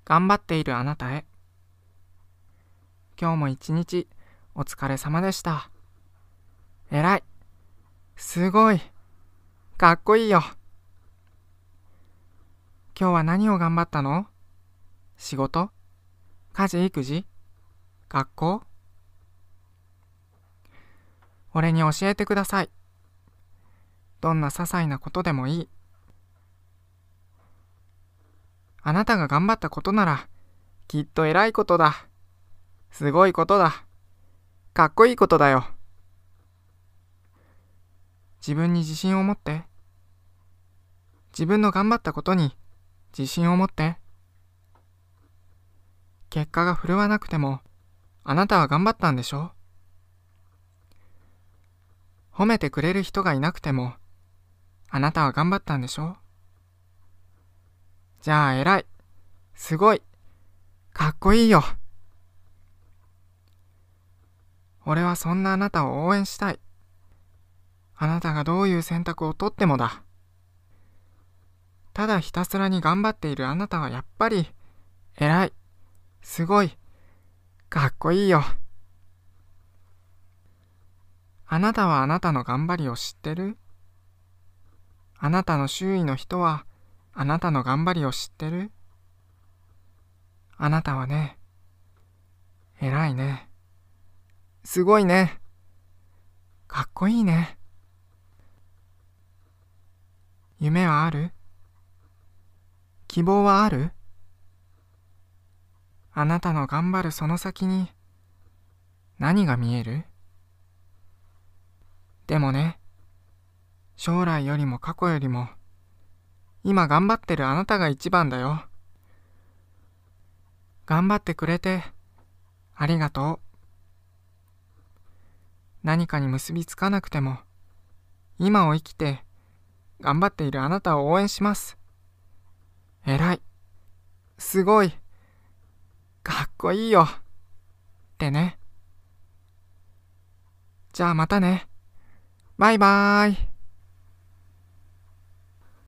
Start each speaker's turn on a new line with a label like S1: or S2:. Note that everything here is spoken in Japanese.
S1: 頑張っているあなたへ。今日も一日お疲れ様でした。えらい。すごい。かっこいいよ。今日は何を頑張ったの？仕事？家事育児？学校？俺に教えてください。どんな些細なことでもいい。あなたが頑張ったことなら、きっと偉いことだ。すごいことだ。かっこいいことだよ。自分に自信を持って。自分の頑張ったことに自信を持って。結果が振るわなくても、あなたは頑張ったんでしょ？褒めてくれる人がいなくても、あなたは頑張ったんでしょ？じゃあ偉い。すごい。かっこいいよ。俺はそんなあなたを応援したい。あなたがどういう選択をとってもだ。ただひたすらに頑張っているあなたはやっぱり偉い。すごい。かっこいいよ。あなたはあなたの頑張りを知ってる？あなたの周囲の人はあなたの頑張りを知ってる？あなたはね、偉いね。すごいね。かっこいいね。夢はある？希望はある？あなたの頑張るその先に何が見える？でもね、将来よりも過去よりも今頑張ってるあなたが一番だよ。頑張ってくれてありがとう。何かに結びつかなくても今を生きて頑張っているあなたを応援します。偉い。すごい。かっこいいよ。ってね。じゃあまたね。バイバーイ。